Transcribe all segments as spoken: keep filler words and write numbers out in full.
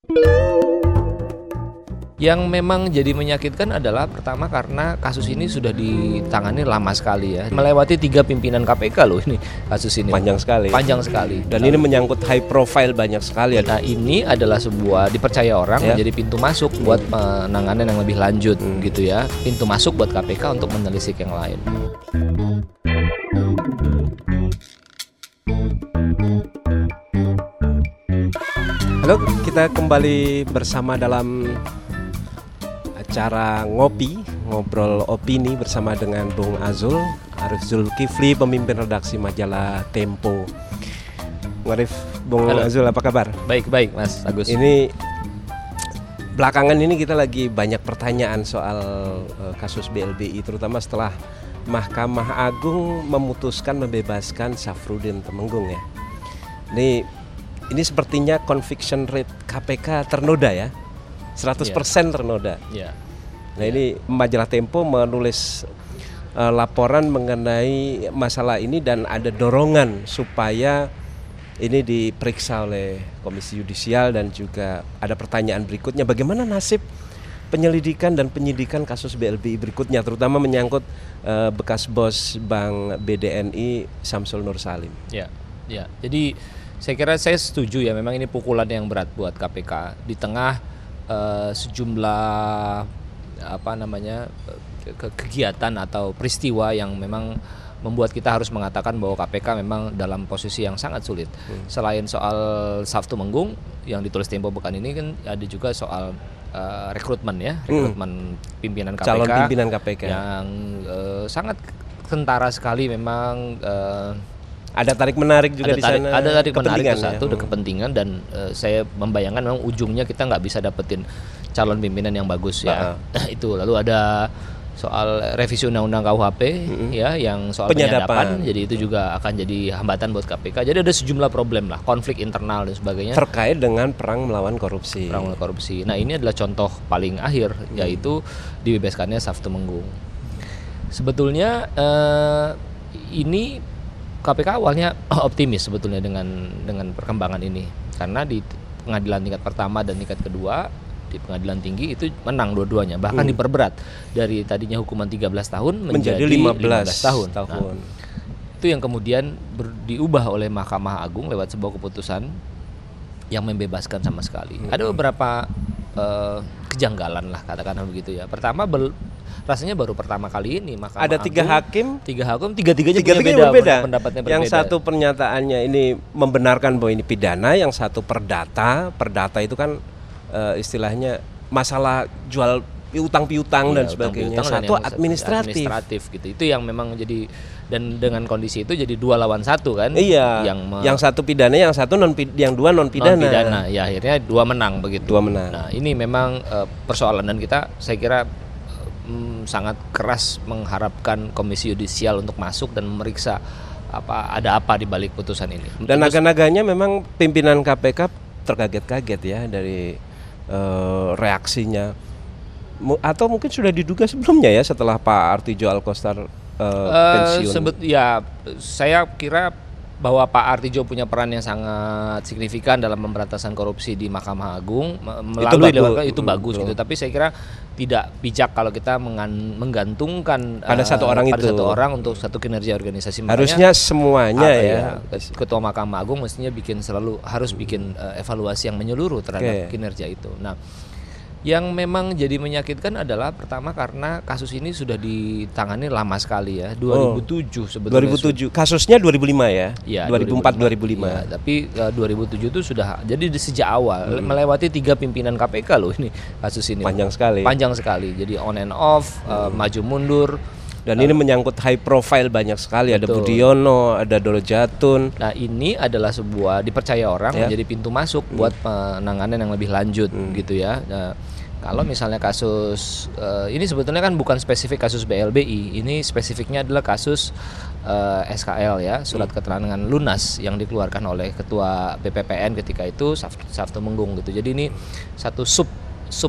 Yang memang jadi menyakitkan adalah pertama karena kasus ini sudah ditangani lama sekali ya. Melewati tiga pimpinan K P K loh ini kasus ini. Panjang sekali. Panjang sekali. Dan ini menyangkut high profile banyak sekali. Nah ini adalah sebuah dipercaya orang ya. Menjadi pintu masuk hmm. buat penanganan yang lebih lanjut hmm. gitu ya. Pintu masuk buat K P K untuk menelisik yang lain. Halo, kita kembali bersama dalam acara ngopi, ngobrol opini bersama dengan Bung Azul, Arif Zulkifli, pemimpin redaksi majalah Tempo. Bung Arif, Bung Halo. Azul, apa kabar? Baik-baik, Mas Agus. Ini belakangan ini kita lagi banyak pertanyaan soal uh, kasus B L B I, terutama setelah Mahkamah Agung memutuskan membebaskan Syafruddin Temenggung ya. Ini ini sepertinya conviction rate K P K ternoda ya. seratus persen yeah. ternoda. Yeah. Nah, yeah. ini majalah Tempo menulis uh, laporan mengenai masalah ini dan ada dorongan supaya ini diperiksa oleh Komisi Yudisial dan juga ada pertanyaan berikutnya, bagaimana nasib penyelidikan dan penyidikan kasus B L B I berikutnya, terutama menyangkut uh, bekas bos Bank B D N I Syamsul Nur Salim. Ya, ya. Jadi saya kira saya setuju ya, memang ini pukulan yang berat buat K P K di tengah uh, sejumlah apa namanya ke- kegiatan atau peristiwa yang memang membuat kita harus mengatakan bahwa K P K memang dalam posisi yang sangat sulit. Hmm. Selain soal Syafruddin Temenggung yang ditulis Tempo pekan ini, kan ada juga soal uh, rekrutmen ya, rekrutmen hmm. pimpinan K P K, calon pimpinan K P K yang uh, sangat kentara sekali memang. Uh, Ada tarik menarik juga ada di tarik, sana. Ada tarik menarik itu satu, ya? ada kepentingan dan uh, saya membayangkan memang ujungnya kita nggak bisa dapetin calon pimpinan yang bagus ya. Nah, itu lalu ada soal revisi undang-undang K U H P mm-hmm. ya, yang soal penyadapan. penyadapan. Jadi itu juga akan jadi hambatan buat K P K. Jadi ada sejumlah problem lah, konflik internal dan sebagainya terkait dengan perang melawan korupsi. Perang melawan korupsi. Nah ini adalah contoh paling akhir, mm. yaitu dibebaskannya Syafruddin Temenggung. Sebetulnya uh, ini K P K awalnya optimis sebetulnya dengan dengan perkembangan ini, karena di pengadilan tingkat pertama dan tingkat kedua di pengadilan tinggi itu menang dua-duanya, bahkan hmm. diperberat dari tadinya hukuman tiga belas tahun menjadi, menjadi lima belas tahun. tahun. Nah, itu yang kemudian ber, diubah oleh Mahkamah Agung lewat sebuah keputusan yang membebaskan sama sekali. Hmm. Ada beberapa uh, kejanggalan lah katakanlah begitu ya. Pertama bel, rasanya baru pertama kali ini Mahkamah ada tiga Agung, hakim, tiga hakim, tiga-tiganya tiga punya beda, berbeda. pendapatnya berbeda. Yang satu pernyataannya ini membenarkan bahwa ini pidana, yang satu perdata. Perdata itu kan uh, istilahnya masalah jual utang piutang iya, dan sebagainya. Satu dan administratif. administratif gitu. Itu yang memang jadi, dan dengan kondisi itu jadi dua lawan satu kan. Iya. Yang, me, yang satu pidana, yang satu non yang dua non pidana. Non pidana. Ya akhirnya dua menang begitu. Dua menang. Nah, ini memang uh, persoalan, dan kita saya kira Hmm, sangat keras mengharapkan Komisi Yudisial untuk masuk dan memeriksa apa ada apa di balik putusan ini. Dan naga-naganya memang pimpinan K P K terkaget-kaget ya dari uh, reaksinya, M- atau mungkin sudah diduga sebelumnya ya setelah Pak Artijo Alkostar uh, uh, pensiun. Sebut ya, saya kira bahwa Pak Artijo punya peran yang sangat signifikan dalam pemberantasan korupsi di Mahkamah Agung melalui itu bagus, itu bagus gitu. Tapi saya kira tidak bijak kalau kita mengan, menggantungkan pada uh, satu orang pada itu satu orang untuk satu kinerja organisasi. Harusnya makanya, semuanya ya. ya. Ketua Mahkamah Agung mestinya bikin selalu harus bikin uh, evaluasi yang menyeluruh terhadap okay. kinerja itu. Nah, yang memang jadi menyakitkan adalah pertama karena kasus ini sudah ditangani lama sekali ya, dua ribu tujuh oh, sebetulnya. dua ribu tujuh Kasusnya dua ribu lima ya. Ya dua ribu empat dua ribu lima. Ya, tapi uh, dua ribu tujuh itu sudah, jadi sejak awal hmm. melewati tiga pimpinan K P K loh ini kasus ini. Panjang sekali. Panjang sekali. Jadi on and off, uh, hmm. maju mundur. Dan uh, ini menyangkut high profile banyak sekali. Betul. Ada Budiono, ada Doro Jatun. Nah ini adalah sebuah dipercaya orang ya. menjadi pintu masuk hmm. buat penanganan yang lebih lanjut hmm. gitu ya. Nah, kalau misalnya kasus uh, ini sebetulnya kan bukan spesifik kasus B L B I, ini spesifiknya adalah kasus uh, S K L ya, surat hmm. keterangan lunas yang dikeluarkan oleh Ketua B P P N ketika itu Syafruddin Temenggung gitu. Jadi ini satu sub sub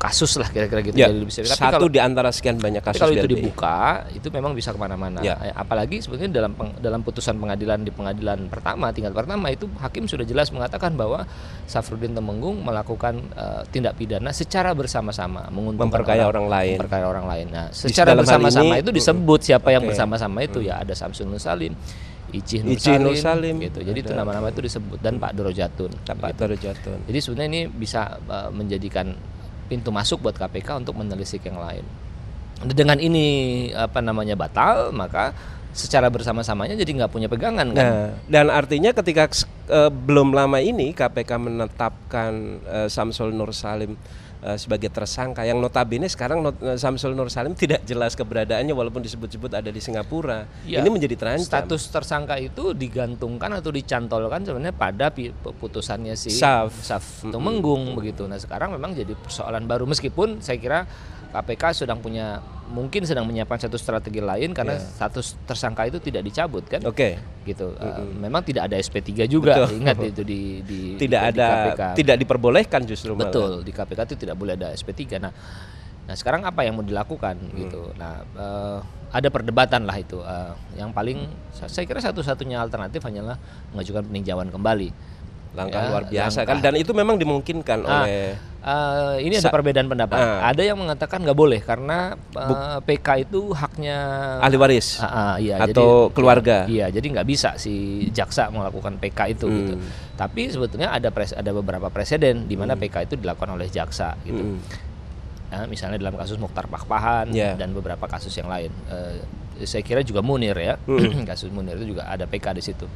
kasus lah kira-kira gitu. Ya, Jadi bisa, tapi satu kalau, di antara sekian banyak kasus kalau itu B L B I. dibuka, itu memang bisa kemana-mana. Ya. Apalagi sebenarnya dalam peng, dalam putusan pengadilan di pengadilan pertama, tingkat pertama itu hakim sudah jelas mengatakan bahwa Syafruddin Temenggung melakukan uh, tindak pidana secara bersama-sama, menguntungkan memperkaya orang, orang lain. Memperkaya orang lain. Nah, secara bersama-sama itu disebut siapa okay. yang bersama-sama itu hmm. ya ada Samsul Nur Salim, Icih Nur Salim, Nur Salim gitu. Jadi ada. Itu nama-nama itu disebut dan Pak Doro Jatun. Pak Doro Jatun. Jadi sebenarnya ini bisa uh, menjadikan pintu masuk buat K P K untuk menelisik yang lain. Dengan ini apa namanya batal, maka secara bersama-samanya jadi nggak punya pegangan kan. Nah, dan artinya ketika uh, belum lama ini K P K menetapkan uh, Samsul Nur Salim uh, sebagai tersangka, yang notabene sekarang not, uh, Samsul Nur Salim tidak jelas keberadaannya walaupun disebut-sebut ada di Singapura. Ya, ini menjadi terancam. Status tersangka itu digantungkan atau dicantolkan sebenarnya pada putusannya si Syaf, Syaf Temenggung mm-hmm. begitu. Nah sekarang memang jadi persoalan baru, meskipun saya kira K P K sedang punya, mungkin sedang menyiapkan satu strategi lain karena yeah. status tersangka itu tidak dicabut kan. Oke. Okay. Gitu. Mm-hmm. Uh, memang tidak ada S P tiga juga. Betul. Ingat itu di di tidak di, ada di K P K. Tidak diperbolehkan justru. Betul, malah. Di K P K itu tidak boleh ada S P tiga. Nah, nah sekarang apa yang mau dilakukan hmm. gitu. Nah, uh, ada perdebatan lah itu. Uh, yang paling saya kira satu-satunya alternatif hanyalah mengajukan peninjauan kembali. Langkah ya, luar biasa langkah. Kan, dan itu memang dimungkinkan nah, oleh uh, ini ada perbedaan pendapat. Uh, ada yang mengatakan nggak boleh karena uh, P K itu haknya ahli waris uh, uh, iya, atau jadi, keluarga. Iya, jadi nggak bisa si jaksa melakukan P K itu hmm. gitu. Tapi sebetulnya ada pres, ada beberapa presiden di mana hmm. P K itu dilakukan oleh jaksa gitu. Hmm. Nah, misalnya dalam kasus Mokhtar Pakpahan yeah. dan beberapa kasus yang lain. Uh, saya kira juga Munir ya, hmm. kasus Munir itu juga ada P K di situ.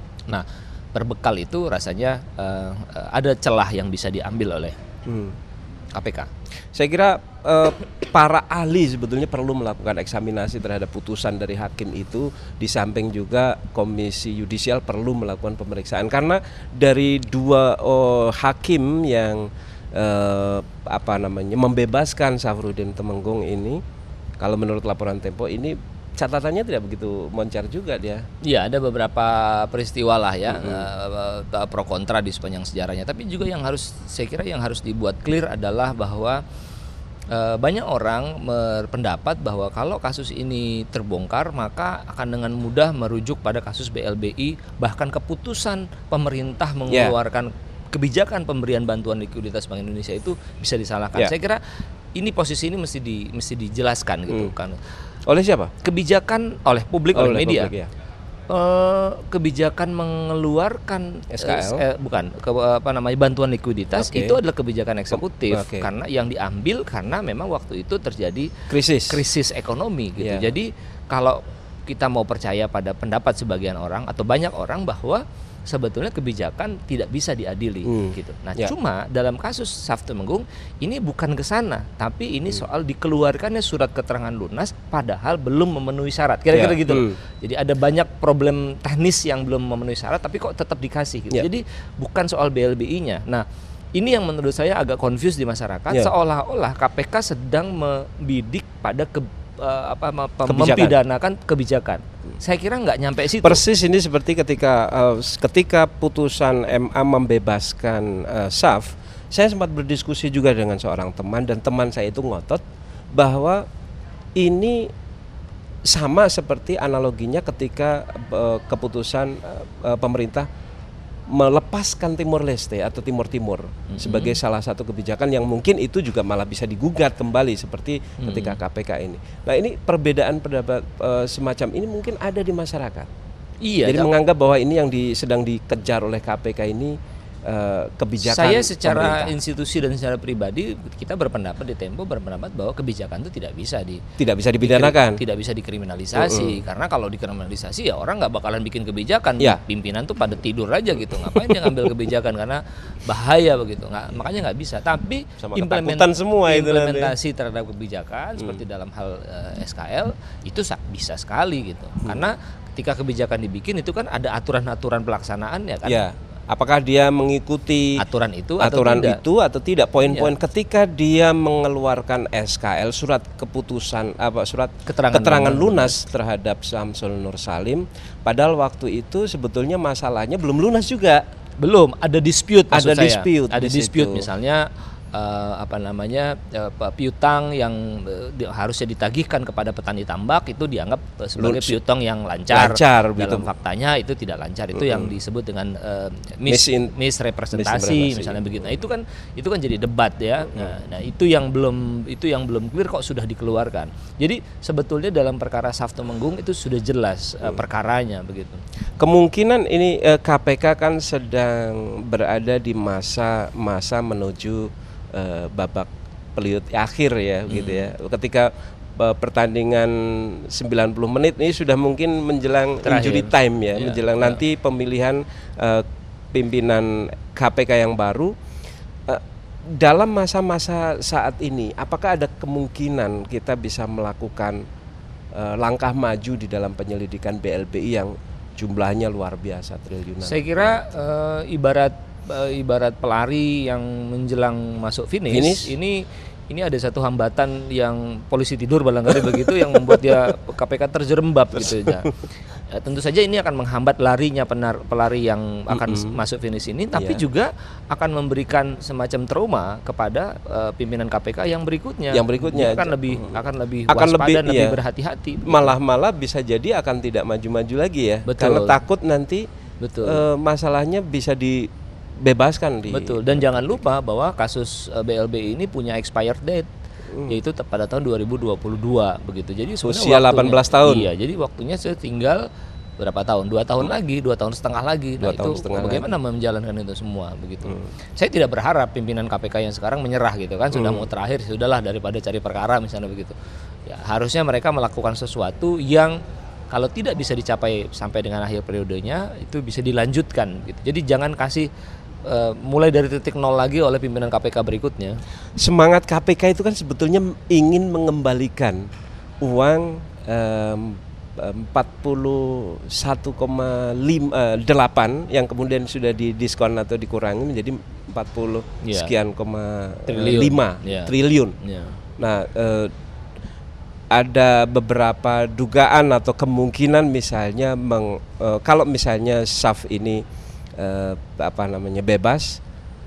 Nah, berbekal itu rasanya uh, uh, ada celah yang bisa diambil oleh hmm. K P K. Saya kira uh, para ahli sebetulnya perlu melakukan eksaminasi terhadap putusan dari hakim itu, di samping juga Komisi Yudisial perlu melakukan pemeriksaan, karena dari dua oh, hakim yang uh, apa namanya membebaskan Syafruddin Temenggung ini, kalau menurut laporan Tempo ini catatannya tidak begitu moncer juga dia. Iya, ada beberapa peristiwa lah ya, mm-hmm. uh, pro kontra di sepanjang sejarahnya. Tapi juga yang harus, saya kira yang harus dibuat clear adalah bahwa uh, banyak orang berpendapat bahwa kalau kasus ini terbongkar maka akan dengan mudah merujuk pada kasus B L B I, bahkan keputusan pemerintah mengeluarkan yeah. kebijakan pemberian bantuan likuiditas Bank Indonesia itu bisa disalahkan. Yeah. Saya kira ini posisi ini mesti di mesti dijelaskan gitu mm. kan. Oleh siapa? Kebijakan oleh publik, oleh, oleh media. Publik, ya. uh, kebijakan mengeluarkan S K L uh, bukan ke, apa namanya bantuan likuiditas okay. itu adalah kebijakan eksekutif okay. karena yang diambil karena memang waktu itu terjadi krisis krisis ekonomi gitu. Yeah. Jadi kalau kita mau percaya pada pendapat sebagian orang atau banyak orang bahwa sebetulnya kebijakan tidak bisa diadili hmm. gitu. Nah, ya. Cuma dalam kasus Syaf Temenggung ini bukan ke sana, tapi ini hmm. soal dikeluarkannya surat keterangan lunas padahal belum memenuhi syarat. Kira-kira ya. gitu. Hmm. Jadi ada banyak problem teknis yang belum memenuhi syarat tapi kok tetap dikasih gitu. Ya. Jadi bukan soal B L B I-nya. Nah, ini yang menurut saya agak confuse di masyarakat, ya. Seolah-olah K P K sedang membidik pada ke Uh, apa kebijakan. Mempidanakan kebijakan. Saya kira nggak nyampe situ. Persis ini seperti ketika uh, ketika putusan M A membebaskan uh, Syaf, saya sempat berdiskusi juga dengan seorang teman, dan teman saya itu ngotot bahwa ini sama seperti analoginya ketika uh, keputusan uh, pemerintah melepaskan Timor Leste atau Timur Timur mm-hmm. sebagai salah satu kebijakan yang mungkin itu juga malah bisa digugat kembali seperti mm-hmm. ketika K P K ini. Nah, ini perbedaan pendapat uh, semacam ini mungkin ada di masyarakat. Iya. Jadi menganggap bahwa ini yang di, sedang dikejar oleh K P K ini uh, kebijakan. Saya secara pemerintah. Institusi dan secara pribadi kita berpendapat di Tempo berpendapat bahwa kebijakan itu tidak bisa di tidak bisa dipidanakan, tidak bisa dikriminalisasi. Uh-uh. Karena kalau dikriminalisasi ya orang nggak bakalan bikin kebijakan. Ya. Pimpinan tuh pada tidur aja gitu. Ngapain dia ngambil kebijakan karena bahaya begitu. Nggak, makanya nggak bisa. Tapi implement, semua implementasi itu terhadap kebijakan hmm. seperti dalam hal uh, S K L itu bisa sekali gitu. Hmm. Karena ketika kebijakan dibikin itu kan ada aturan-aturan pelaksanaannya kan. Ya. Apakah dia mengikuti aturan itu aturan atau tidak? itu atau tidak? Poin-poin ya. Ketika dia mengeluarkan S K L, surat keputusan apa surat keterangan, keterangan lunas terhadap Samsul Nur Salim, padahal waktu itu sebetulnya masalahnya belum lunas juga. Belum, ada dispute maksud ada saya. Dispute ada dispute situ. Misalnya uh, apa namanya uh, piutang yang uh, di, harusnya ditagihkan kepada petani tambak itu dianggap uh, sebagai Lunch. piutang yang lancar. Lancar, Dalam gitu. faktanya itu tidak lancar. Itu Mm-hmm. yang disebut dengan uh, mis, Misin- misrepresentasi misrepresentasi. misalnya begitu. Nah, itu kan itu kan jadi debat ya. Nah, nah itu yang belum itu yang belum clear kok sudah dikeluarkan. Jadi sebetulnya dalam perkara Safto Menggung itu sudah jelas uh, perkaranya begitu. Kemungkinan ini eh, K P K kan sedang berada di masa masa menuju eh, babak peliut akhir ya, Hmm. gitu ya. Ketika eh, pertandingan sembilan puluh menit ini sudah mungkin menjelang Terakhir. injury time ya, Ya, menjelang ya. nanti pemilihan eh, pimpinan K P K yang baru. Eh, dalam masa-masa saat ini, apakah ada kemungkinan kita bisa melakukan eh, langkah maju di dalam penyelidikan B L B I yang jumlahnya luar biasa triliunan? Saya kira eh, ibarat eh, ibarat pelari yang menjelang masuk finish, Finish. ini ini ada satu hambatan yang polisi tidur barangkali begitu yang membuat dia K P K terjerembab gitu ya. Ya, tentu saja ini akan menghambat larinya penar, pelari yang akan Mm-mm. masuk finish ini, tapi Iya. juga akan memberikan semacam trauma kepada eh, pimpinan K P K yang berikutnya. Yang berikutnya. Dia akan lebih akan lebih Akan waspada lebih, dan lebih iya. berhati-hati. begitu. Malah-malah bisa jadi akan tidak maju-maju lagi ya. Betul. Karena takut nanti Betul. eh, masalahnya bisa dibebaskan di. Betul, dan jangan lupa bahwa kasus eh, B L B I ini punya expired date, yaitu te- pada tahun dua ribu dua puluh dua begitu. Jadi sebenarnya Usia delapan belas tahun. Iya, jadi waktunya saya tinggal berapa tahun? Dua tahun lagi, dua tahun setengah lagi. Dua Nah tahun itu setengah bagaimana menjalankan itu semua begitu. Saya tidak berharap pimpinan K P K yang sekarang menyerah gitu kan, sudah mau terakhir, sudahlah daripada cari perkara misalnya begitu. Ya, harusnya mereka melakukan sesuatu yang kalau tidak bisa dicapai sampai dengan akhir periodenya itu bisa dilanjutkan gitu. Jadi jangan kasih eh, mulai dari titik nol lagi oleh pimpinan K P K berikutnya. Semangat K P K itu kan sebetulnya ingin mengembalikan uang em, empat puluh satu koma delapan yang kemudian sudah didiskon atau dikurangi menjadi empat puluh Iya. sekian koma Triliun. lima Iya. triliun. Ya. Nah, eh, ada beberapa dugaan atau kemungkinan misalnya meng, eh, kalau misalnya S A F ini eh, apa namanya bebas,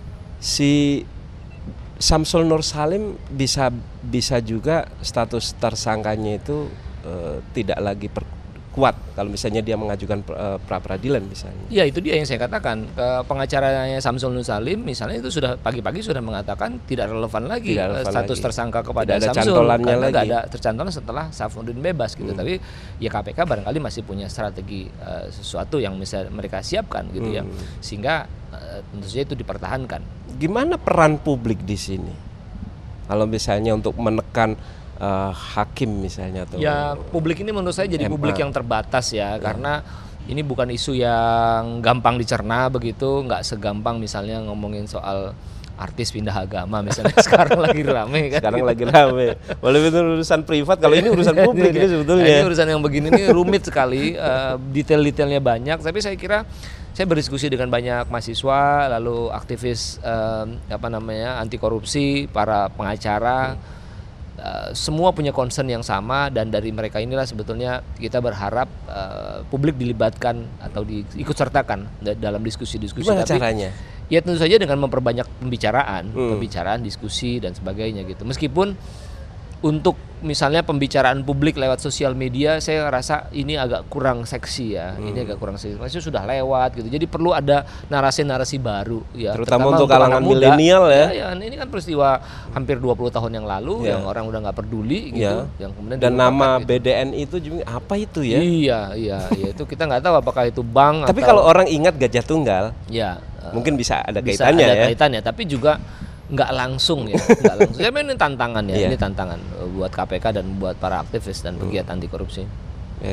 si Samsul Nur Salim bisa bisa juga status tersangkanya itu eh, tidak lagi kuat kalau misalnya dia mengajukan eh, pra peradilan misalnya. Ya itu dia yang saya katakan, ke pengacaranya Samsul Nur Salim misalnya itu sudah pagi-pagi sudah mengatakan tidak relevan lagi Tidak eh, relevan status lagi. tersangka kepada Tidak ada Samsul cantolannya karena nggak lagi. ada tercantolan setelah Saifuddin bebas gitu. Tapi ya K P K barangkali masih punya strategi eh, sesuatu yang bisa mereka siapkan gitu ya, sehingga eh, tentu saja itu dipertahankan. Gimana peran publik di sini? Kalau misalnya untuk menekan eh, hakim misalnya atau Ya publik ini menurut saya jadi M A. publik yang terbatas ya, karena ini bukan isu yang gampang dicerna begitu, nggak segampang misalnya ngomongin soal artis pindah agama misalnya sekarang lagi rame kan. sekarang lagi rame. Walaupun itu urusan privat, kalau ini urusan publik ini sebetulnya. Nah, ini urusan yang begini ini rumit sekali, eh, detail-detailnya banyak. Tapi saya kira saya berdiskusi dengan banyak mahasiswa, lalu aktivis eh, apa namanya anti korupsi, para pengacara. Uh, semua punya concern yang sama, dan dari mereka inilah sebetulnya kita berharap uh, publik dilibatkan atau diikut sertakan da- dalam diskusi-diskusi. Gimana Tapi caranya? ya tentu saja dengan memperbanyak pembicaraan, Hmm. pembicaraan, diskusi dan sebagainya gitu. Meskipun untuk misalnya pembicaraan publik lewat sosial media, saya rasa ini agak kurang seksi ya. Hmm. Ini agak kurang seksi. Maksudnya sudah lewat gitu. Jadi perlu ada narasi-narasi baru ya. Terutama untuk kalangan anak muda. milenial ya. Ya, ini kan peristiwa hampir dua puluh tahun yang lalu Ya. yang orang udah nggak peduli gitu. Ya. Yang kemudian Dan dilupakan nama gitu. B D N itu juga apa itu ya? Iya, iya, iya. Itu kita nggak tahu apakah itu bank Tapi atau kalau orang ingat Gajah Tunggal, ya eh, mungkin bisa ada bisa kaitannya ada ya. kaitannya, tapi juga nggak langsung ya, nggak langsung. Ya, memang ini tantangan ya, Iya. ini tantangan eh, buat K P K dan buat para aktivis dan pegiat anti korupsi. Eh.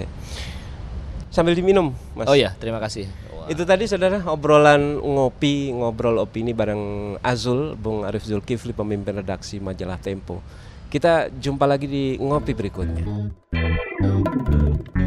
Sambil diminum, Mas. Oh ya, terima kasih. Wah. Itu tadi saudara obrolan ngopi, ngobrol opini bareng Azul, Bung Arif Zulkifli, pemimpin redaksi majalah Tempo. Kita jumpa lagi di ngopi berikutnya.